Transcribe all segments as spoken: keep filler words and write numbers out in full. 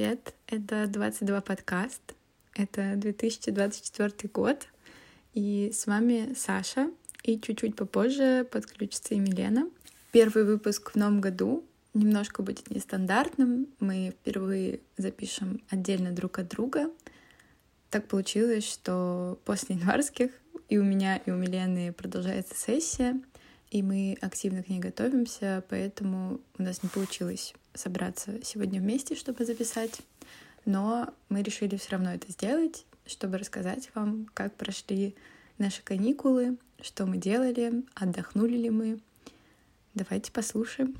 привет! Это двадцать два подкаст. Это две тысячи двадцать четвёртый год. И с вами Саша. И чуть-чуть попозже подключится и Милена. Первый выпуск в новом году немножко будет нестандартным. Мы впервые запишем отдельно друг от друга. Так получилось, что после январских и у меня, и у Милены продолжается сессия, и мы активно к ней готовимся, поэтому у нас не получилось собраться сегодня вместе, чтобы записать, но мы решили все равно это сделать, чтобы рассказать вам, как прошли наши каникулы, что мы делали, отдохнули ли мы. Давайте послушаем.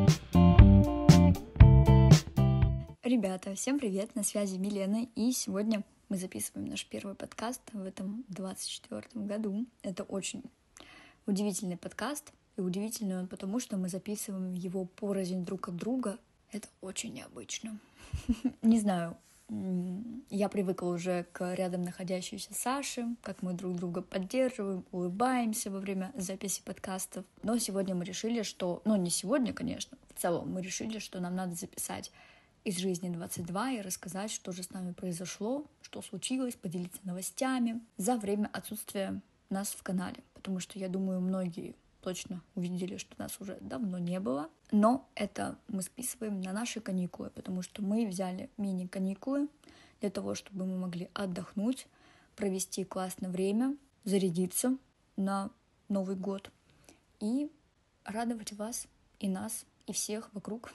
Ребята, всем привет, на связи Милена, и сегодня мы записываем наш первый подкаст в этом двадцать четвёртом году. Это очень удивительный подкаст, и удивительный он потому, что мы записываем его порознь друг от друга. Это очень необычно. Не знаю, я привыкла уже к рядом находящейся Саше, как мы друг друга поддерживаем, улыбаемся во время записи подкастов. Но сегодня мы решили, что... Ну, не сегодня, конечно, в целом мы решили, что нам надо записать из жизни двадцать два и рассказать, что же с нами произошло, что случилось, поделиться новостями за время отсутствия нас в канале. Потому что, я думаю, многие точно увидели, что нас уже давно не было. Но это мы списываем на наши каникулы, потому что мы взяли мини-каникулы для того, чтобы мы могли отдохнуть, провести классное время, зарядиться на Новый год и радовать вас и нас, и всех вокруг.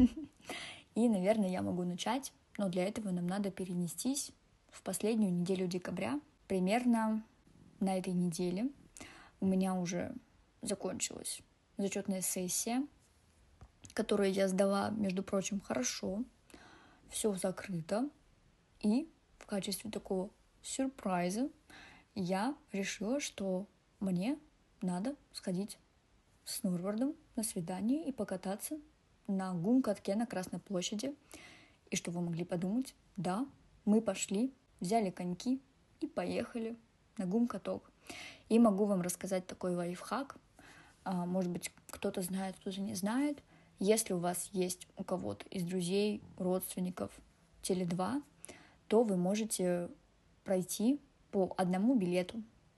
И, наверное, я могу начать, но для этого нам надо перенестись в последнюю неделю декабря. Примерно на этой неделе у меня уже закончилась зачетная сессия, которую я сдала, между прочим, хорошо. Все закрыто. И в качестве такого сюрприза я решила, что мне надо сходить с Норвардом на свидание и покататься на гум-катке на Красной площади. И что вы могли подумать? Да, мы пошли, взяли коньки и поехали на гум-каток. И могу вам рассказать такой лайфхак. Может быть, кто-то знает, кто-то не знает. Если у вас есть у кого-то из друзей, родственников Теле два, то вы можете пройти по одному билету.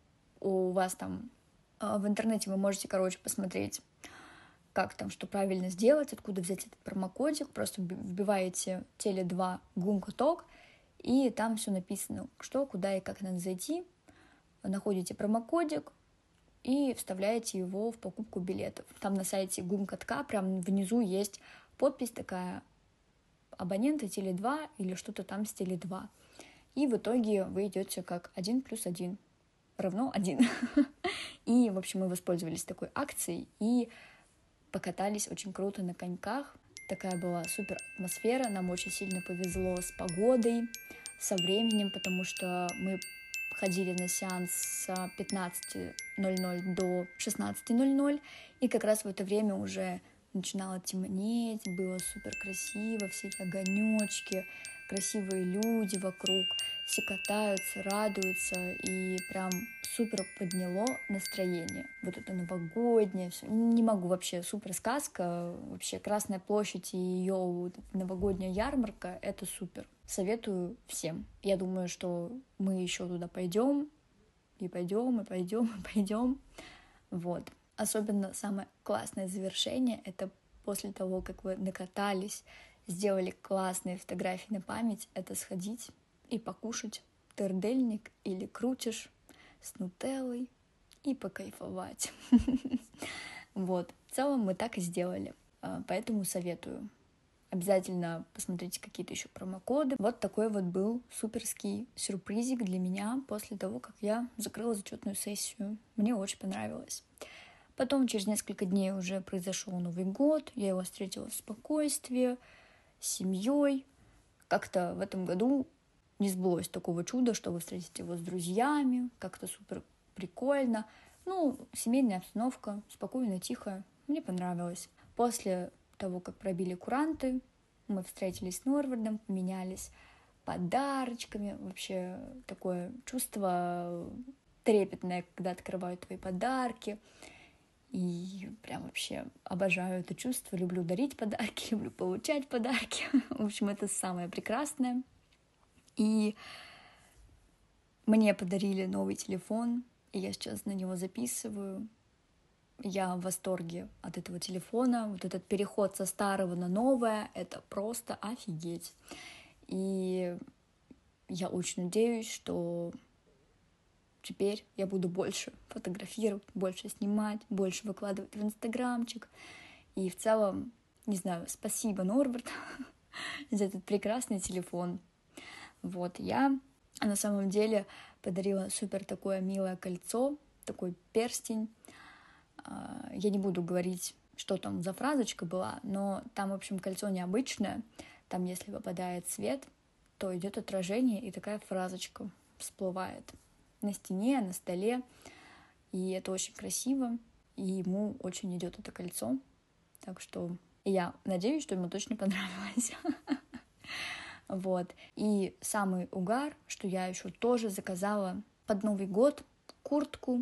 У вас там в интернете вы можете, короче, посмотреть, как там, что правильно сделать, откуда взять этот промокодик. Просто вбиваете Теле два гум-каток, и там все написано, что, куда и как надо зайти. Находите промокодик и вставляете его в покупку билетов. Там на сайте гум-катка прям внизу есть подпись такая: абоненты Теле два или что-то там с Теле два. И в итоге вы идете как один плюс один равно один. И, в общем, мы воспользовались такой акцией и покатались очень круто на коньках. Такая была супер атмосфера. Нам очень сильно повезло с погодой, со временем, потому что мы ходили на сеанс с пятнадцати ноль-ноль до шестнадцати ноль-ноль, и как раз в это время уже начинало темнеть, было супер красиво, все эти огонечки, красивые люди вокруг, все катаются, радуются, и прям супер подняло настроение. Вот это новогоднее, все. Не могу вообще, супер сказка, вообще Красная площадь и ее новогодняя ярмарка — это супер. Советую всем. Я думаю, что мы еще туда пойдем, и пойдем, и пойдем, и пойдем. Вот. Особенно самое классное завершение — это после того, как вы накатались, сделали классные фотографии на память, это сходить и покушать тердельник или крутиш с нутеллой и покайфовать. Вот. В целом мы так и сделали. Поэтому советую. Обязательно посмотрите какие-то еще промокоды. Вот такой вот был суперский сюрпризик для меня после того, как я закрыла зачетную сессию. Мне очень понравилось. Потом через несколько дней уже произошел Новый год. Я его встретила в спокойствии, с семьей. Как-то в этом году не сбылось такого чуда, что вы встретите его с друзьями. Как-то супер прикольно. Ну, семейная обстановка, спокойно, тихо. Мне понравилось. После того, как пробили куранты, мы встретились с Норвардом, поменялись подарочками. Вообще такое чувство трепетное, когда открывают твои подарки. И прям вообще обожаю это чувство. Люблю дарить подарки, люблю получать подарки. В общем, это самое прекрасное. И мне подарили новый телефон, и я сейчас на него записываю. Я в восторге от этого телефона. Вот этот переход со старого на новое — это просто офигеть. И я очень надеюсь, что теперь я буду больше фотографировать, больше снимать, больше выкладывать в инстаграмчик. И в целом, не знаю, спасибо, Норберт, за этот прекрасный телефон. Вот, я на самом деле подарила супер такое милое кольцо, такой перстень. Я не буду говорить, что там за фразочка была, но там, в общем, кольцо необычное. Там, если попадает свет, то идет отражение, и такая фразочка всплывает на стене, на столе. И это очень красиво, и ему очень идет это кольцо. Так что я надеюсь, что ему точно понравилось. Вот. И самый угар, что я еще тоже заказала под Новый год куртку.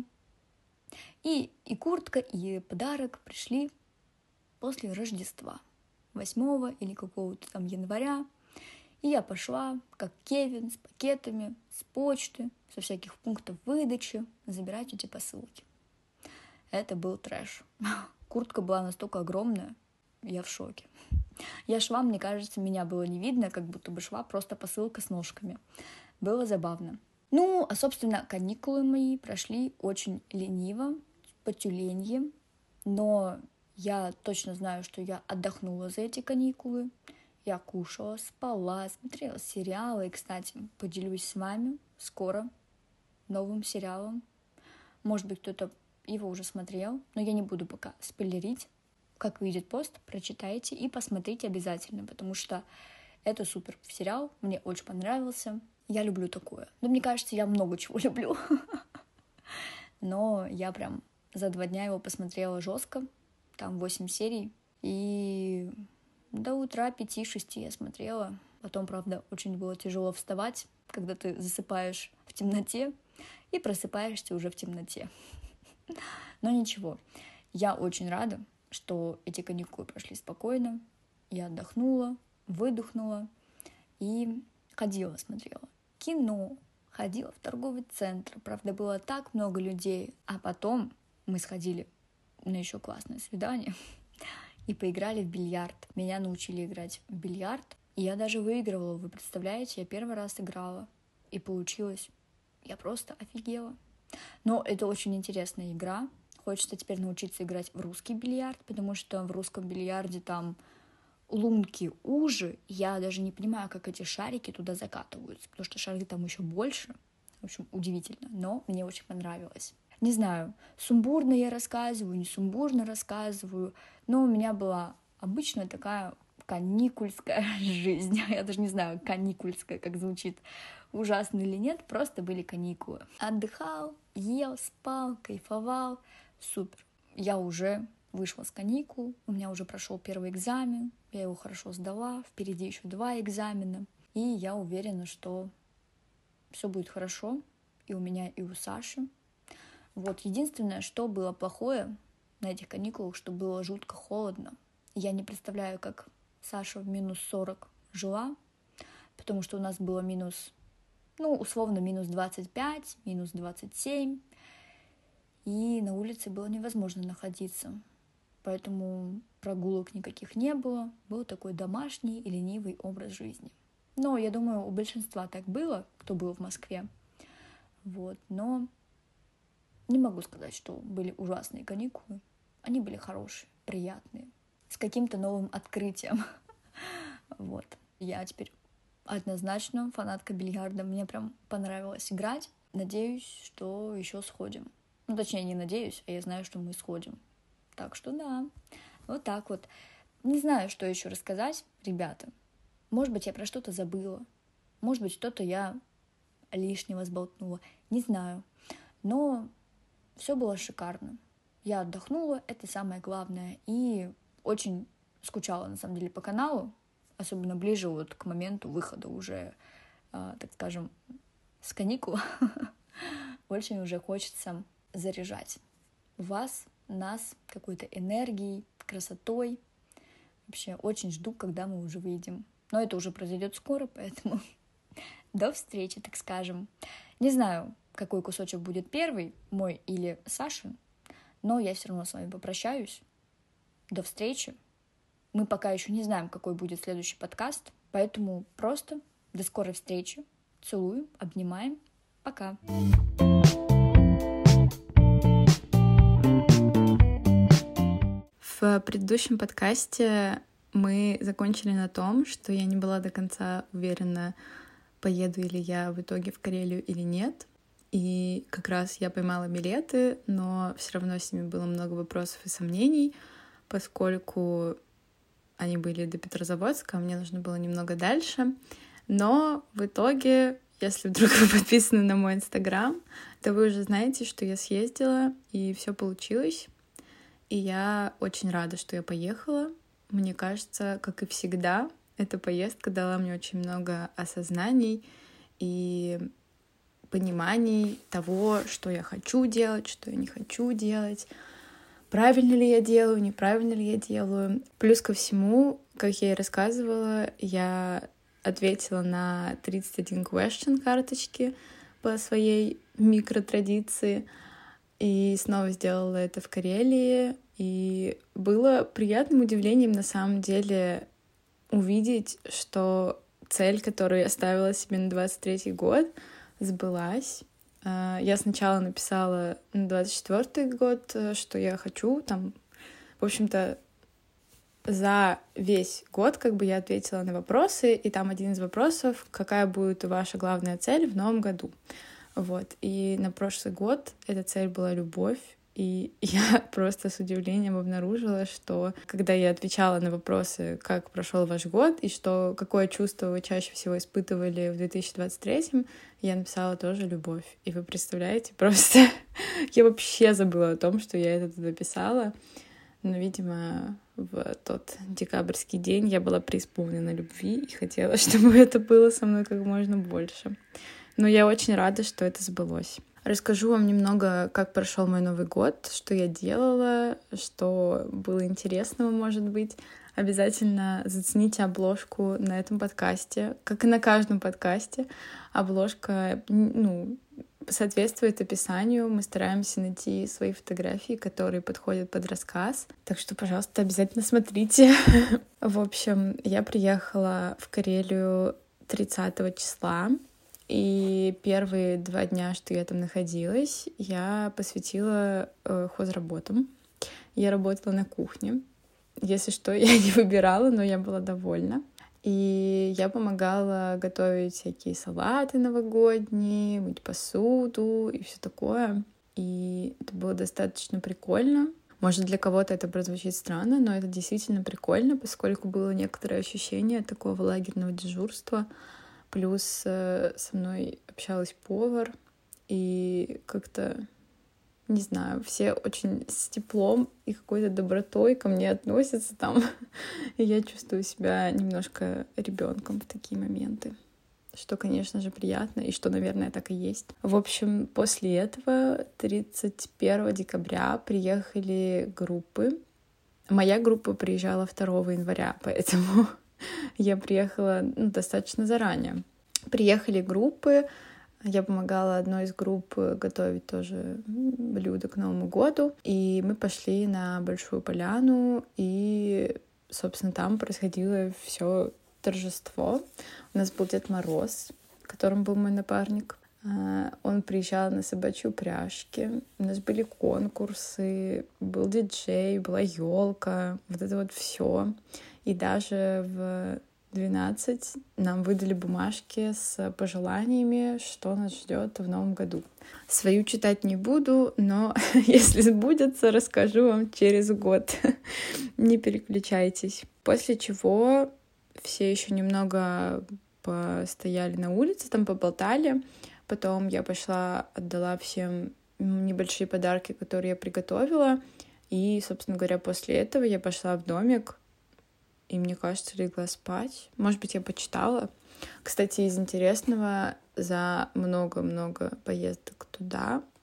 И, и куртка, и подарок пришли после Рождества, восьмого или какого-то там января. И я пошла, как Кевин, с пакетами, с почты, со всяких пунктов выдачи, забирать эти посылки. Это был трэш. Куртка была настолько огромная, я в шоке. Я шла, мне кажется, меня было не видно, как будто бы шла просто посылка с ножками. Было забавно. Ну, а, собственно, каникулы мои прошли очень лениво, по тюленье, но я точно знаю, что я отдохнула за эти каникулы. Я кушала, спала, смотрела сериалы. И, кстати, поделюсь с вами скоро новым сериалом. Может быть, кто-то его уже смотрел, но я не буду пока спойлерить. Как выйдет пост, прочитайте и посмотрите обязательно, потому что это супер сериал, мне очень понравился. Я люблю такое. Но мне кажется, я много чего люблю. Но я прям за два дня его посмотрела жестко. Там восемь серий. И до утра пяти-шести я смотрела. Потом, правда, очень было тяжело вставать, когда ты засыпаешь в темноте и просыпаешься уже в темноте. Но ничего. Я очень рада, что эти каникулы прошли спокойно. Я отдохнула, выдохнула и ходила, смотрела кино, ходила в торговый центр. Правда, было так много людей. А потом мы сходили на еще классное свидание и поиграли в бильярд. Меня научили играть в бильярд. И я даже выигрывала, вы представляете? Я первый раз играла. И получилось. Я просто офигела. Но это очень интересная игра. Хочется теперь научиться играть в русский бильярд, потому что в русском бильярде там лунки уже. Я даже не понимаю, как эти шарики туда закатываются, потому что шары там еще больше. В общем, удивительно, но мне очень понравилось. Не знаю, сумбурно я рассказываю, не сумбурно рассказываю, но у меня была обычная такая каникульская жизнь. Я даже не знаю, каникульская, как звучит, ужасно или нет, просто были каникулы. Отдыхал, ел, спал, кайфовал, супер. Я уже вышла с каникул, у меня уже прошел первый экзамен, я его хорошо сдала, впереди еще два экзамена, и я уверена, что все будет хорошо и у меня, и у Саши. Вот, единственное, что было плохое на этих каникулах, что было жутко холодно. Я не представляю, как Саша в минус сорок жила, потому что у нас было минус, ну, условно, минус двадцать пять, минус двадцать семь, и на улице было невозможно находиться. Поэтому прогулок никаких не было. Был такой домашний и ленивый образ жизни. Но я думаю, у большинства так было, кто был в Москве. Вот. Но не могу сказать, что были ужасные каникулы. Они были хорошие, приятные, с каким-то новым открытием. Вот. Я теперь однозначно фанатка бильярда. Мне прям понравилось играть. Надеюсь, что еще сходим. Ну, точнее, не надеюсь, а я знаю, что мы сходим. Так что да, вот так вот. Не знаю, что еще рассказать, ребята. Может быть, я про что-то забыла. Может быть, что-то я лишнего сболтнула. Не знаю. Но все было шикарно. Я отдохнула, это самое главное. И очень скучала, на самом деле, по каналу. Особенно ближе вот к моменту выхода уже, э, так скажем, с каникул. Очень уже хочется заряжать вас нас какой-то энергией, красотой. Вообще очень жду, когда мы уже выйдем. Но это уже произойдет скоро, поэтому до встречи, так скажем. Не знаю, какой кусочек будет первый, мой или Сашин, но я все равно с вами попрощаюсь. До встречи. Мы пока еще не знаем, какой будет следующий подкаст, поэтому просто до скорой встречи. Целую, обнимаем. Пока. В предыдущем подкасте мы закончили на том, что я не была до конца уверена, поеду ли я в итоге в Карелию или нет. И как раз я поймала билеты, но все равно с ними было много вопросов и сомнений, поскольку они были до Петрозаводска, а мне нужно было немного дальше. Но в итоге, если вдруг вы подписаны на мой Инстаграм, то вы уже знаете, что я съездила, и все получилось. И я очень рада, что я поехала. Мне кажется, как и всегда, эта поездка дала мне очень много осознаний и пониманий того, что я хочу делать, что я не хочу делать, правильно ли я делаю, неправильно ли я делаю. Плюс ко всему, как я и рассказывала, я ответила на тридцать один question карточки по своей микротрадиции и снова сделала это в Карелии. И было приятным удивлением на самом деле увидеть, что цель, которую я ставила себе на двадцать третий год, сбылась. Я сначала написала на двадцать четвёртый год, что я хочу там, в общем-то, за весь год как бы я ответила на вопросы, и там один из вопросов, какая будет ваша главная цель в новом году. Вот. И на прошлый год эта цель была любовь. И я просто с удивлением обнаружила, что когда я отвечала на вопросы, как прошел ваш год, и что какое чувство вы чаще всего испытывали в две тысячи двадцать третьем, я написала тоже любовь. И вы представляете, просто я вообще забыла о том, что я это туда писала. Но, видимо, в тот декабрьский день я была преисполнена любви и хотела, чтобы это было со мной как можно больше. Но я очень рада, что это сбылось. Расскажу вам немного, как прошел мой Новый год, что я делала, что было интересного, может быть. Обязательно зацените обложку на этом подкасте, как и на каждом подкасте. Обложка, ну, соответствует описанию. Мы стараемся найти свои фотографии, которые подходят под рассказ. Так что, пожалуйста, обязательно смотрите. В общем, я приехала в Карелию тридцатого числа. И первые два дня, что я там находилась, я посвятила э, хозработам. Я работала на кухне. Если что, я не выбирала, но я была довольна. И я помогала готовить всякие салаты новогодние, мыть посуду и все такое. И это было достаточно прикольно. Может, для кого-то это прозвучит странно, но это действительно прикольно, поскольку было некоторое ощущение такого лагерного дежурства. Плюс э, со мной общалась повар, и как-то, не знаю, все очень с теплом и какой-то добротой ко мне относятся там. И я чувствую себя немножко ребенком в такие моменты, что, конечно же, приятно, и что, наверное, так и есть. В общем, после этого тридцать первого декабря приехали группы. Моя группа приезжала второго января, поэтому я приехала ну, достаточно заранее. Приехали группы, я помогала одной из групп готовить тоже блюда к Новому году, и мы пошли на Большую Поляну, и, собственно, там происходило все торжество. У нас был Дед Мороз, которым был мой напарник. Он приезжал на собачьи упряжки, у нас были конкурсы, был диджей, была елка, вот это вот все. И даже в двенадцать нам выдали бумажки с пожеланиями, что нас ждет в новом году. Свою читать не буду, но если сбудется, расскажу вам через год. Не переключайтесь. После чего все еще немного постояли на улице, там поболтали. Потом я пошла, отдала всем небольшие подарки, которые я приготовила. И, собственно говоря, после этого я пошла в домик. И, мне кажется, легла спать. Может быть, я почитала. Кстати, из интересного, за много-много поездок туда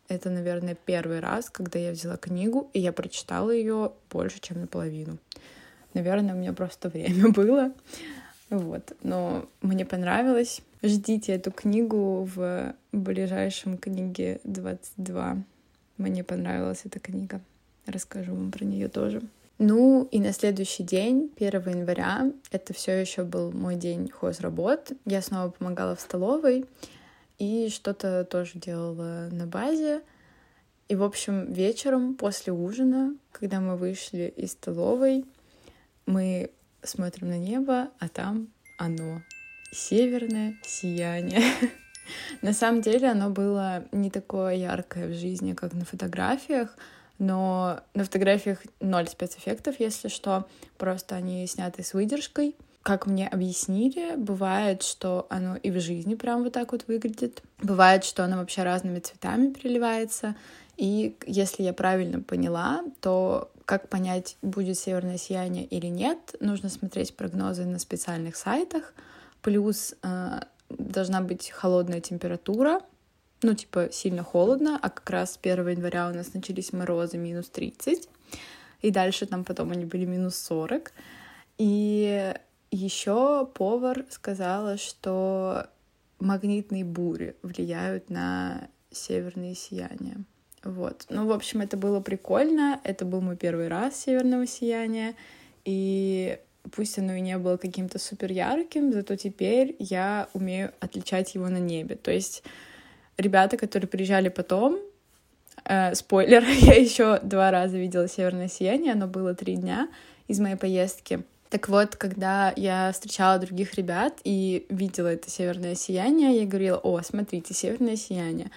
Это, наверное, первый раз, когда я взяла книгу, и я прочитала ее больше, чем наполовину. Наверное, у меня просто время было. Вот. Но мне понравилось. Ждите эту книгу в ближайшем книге двадцать два. Мне понравилась эта книга. Расскажу вам про нее тоже. Ну и на следующий день, первого января, это все еще был мой день хозработ. Я снова помогала в столовой и что-то тоже делала на базе. И, в общем, вечером после ужина, когда мы вышли из столовой, мы смотрим на небо, а там оно, северное сияние. На самом деле оно было не такое яркое в жизни, как на фотографиях, но на фотографиях ноль спецэффектов, если что, просто они сняты с выдержкой. Как мне объяснили, бывает, что оно и в жизни прям вот так вот выглядит. Бывает, что оно вообще разными цветами переливается. И если я правильно поняла, то как понять, будет северное сияние или нет, нужно смотреть прогнозы на специальных сайтах. Плюс э, должна быть холодная температура, ну типа сильно холодно, а как раз с первого января у нас начались морозы минус тридцать, и дальше там потом они были минус сорок. И еще повар сказала, что магнитные бури влияют на северное сияние. Вот. Ну, в общем, это было прикольно. Это был мой первый раз северного сияния. И пусть оно и не было каким-то супер ярким, зато теперь я умею отличать его на небе. То есть ребята, которые приезжали потом, э, спойлер, я еще два раза видела северное сияние, оно было три дня из моей поездки. Так вот, когда я встречала других ребят и видела это северное сияние, я говорила: о, смотрите, северное сияние.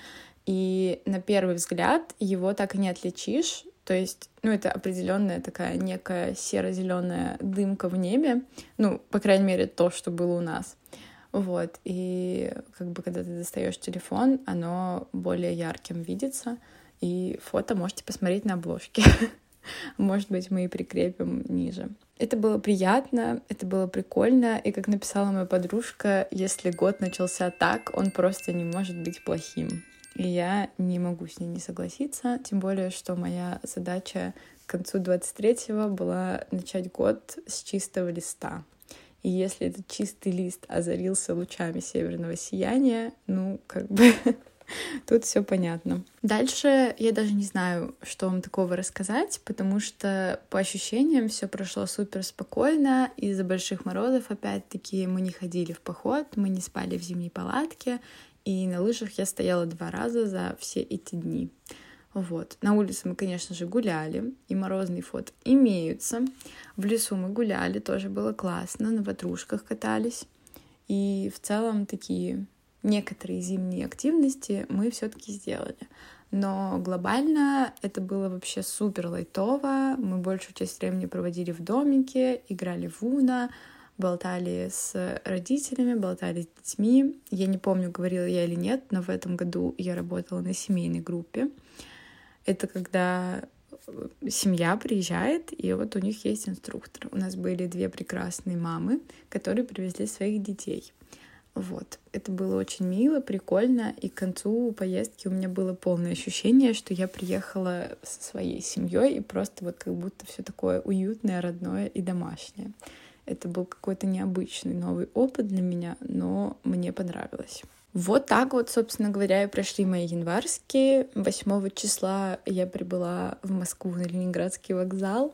И на первый взгляд его так и не отличишь. То есть, ну, это определенная такая некая серо-зеленая дымка в небе. Ну, по крайней мере, то, что было у нас. Вот. И как бы, когда ты достаешь телефон, оно более ярким видится. И фото можете посмотреть на обложке. Может быть, мы и прикрепим ниже. Это было приятно, это было прикольно. И, как написала моя подружка, если год начался так, он просто не может быть плохим. И я не могу с ней не согласиться, тем более, что моя задача к концу двадцать третьего была начать год с чистого листа. И если этот чистый лист озарился лучами северного сияния, ну, как бы тут все понятно. Дальше я даже не знаю, что вам такого рассказать, потому что по ощущениям все прошло супер спокойно. Из-за больших морозов, опять-таки, мы не ходили в поход, мы не спали в зимней палатке. И на лыжах я стояла два раза за все эти дни. Вот. На улице мы, конечно же, гуляли, и морозные фото имеются. В лесу мы гуляли, тоже было классно, на ватрушках катались. И в целом такие некоторые зимние активности мы все-таки сделали. Но глобально это было вообще супер лайтово. Мы большую часть времени проводили в домике, играли в уно, болтали с родителями, болтали с детьми. Я не помню, говорила я или нет, но в этом году я работала на семейной группе. Это когда семья приезжает, и вот у них есть инструктор. У нас были две прекрасные мамы, которые привезли своих детей. Вот. Это было очень мило, прикольно, и к концу поездки у меня было полное ощущение, что я приехала со своей семьей, и просто вот как будто все такое уютное, родное и домашнее. Это был какой-то необычный новый опыт для меня, но мне понравилось. Вот так вот, собственно говоря, и прошли мои январские. восьмого числа я прибыла в Москву на Ленинградский вокзал,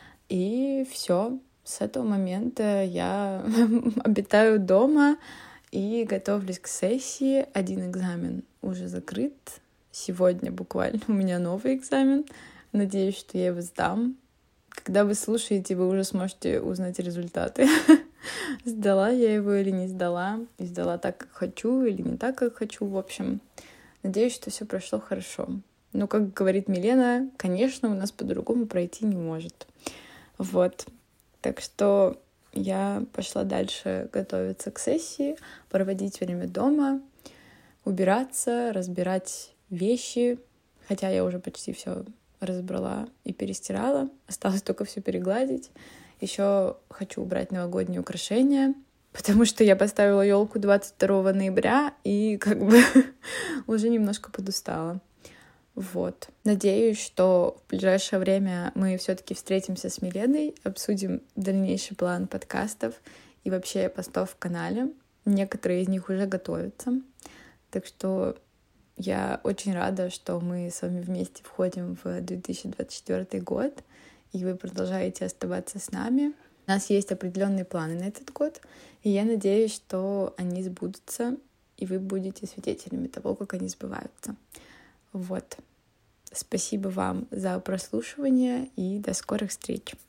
и все. С этого момента я обитаю дома и готовлюсь к сессии. Один экзамен уже закрыт. Сегодня буквально у меня новый экзамен. Надеюсь, что я его сдам. Когда вы слушаете, вы уже сможете узнать результаты. Сдала я его или не сдала. И сдала так, как хочу, или не так, как хочу. В общем, надеюсь, что все прошло хорошо. Но, как говорит Милена, конечно, у нас по-другому пройти не может. Вот. Так что я пошла дальше готовиться к сессии, проводить время дома, убираться, разбирать вещи. Хотя я уже почти все разобрала и перестирала. Осталось только все перегладить. Еще хочу убрать новогодние украшения, потому что я поставила елку двадцать второго ноября и как бы уже немножко подустала. Вот. Надеюсь, что в ближайшее время мы все-таки встретимся с Миленой, обсудим дальнейший план подкастов и вообще постов в канале. Некоторые из них уже готовятся. Так что я очень рада, что мы с вами вместе входим в две тысячи двадцать четвёртый год, и вы продолжаете оставаться с нами. У нас есть определенные планы на этот год, и я надеюсь, что они сбудутся, и вы будете свидетелями того, как они сбываются. Вот. Спасибо вам за прослушивание, и до скорых встреч.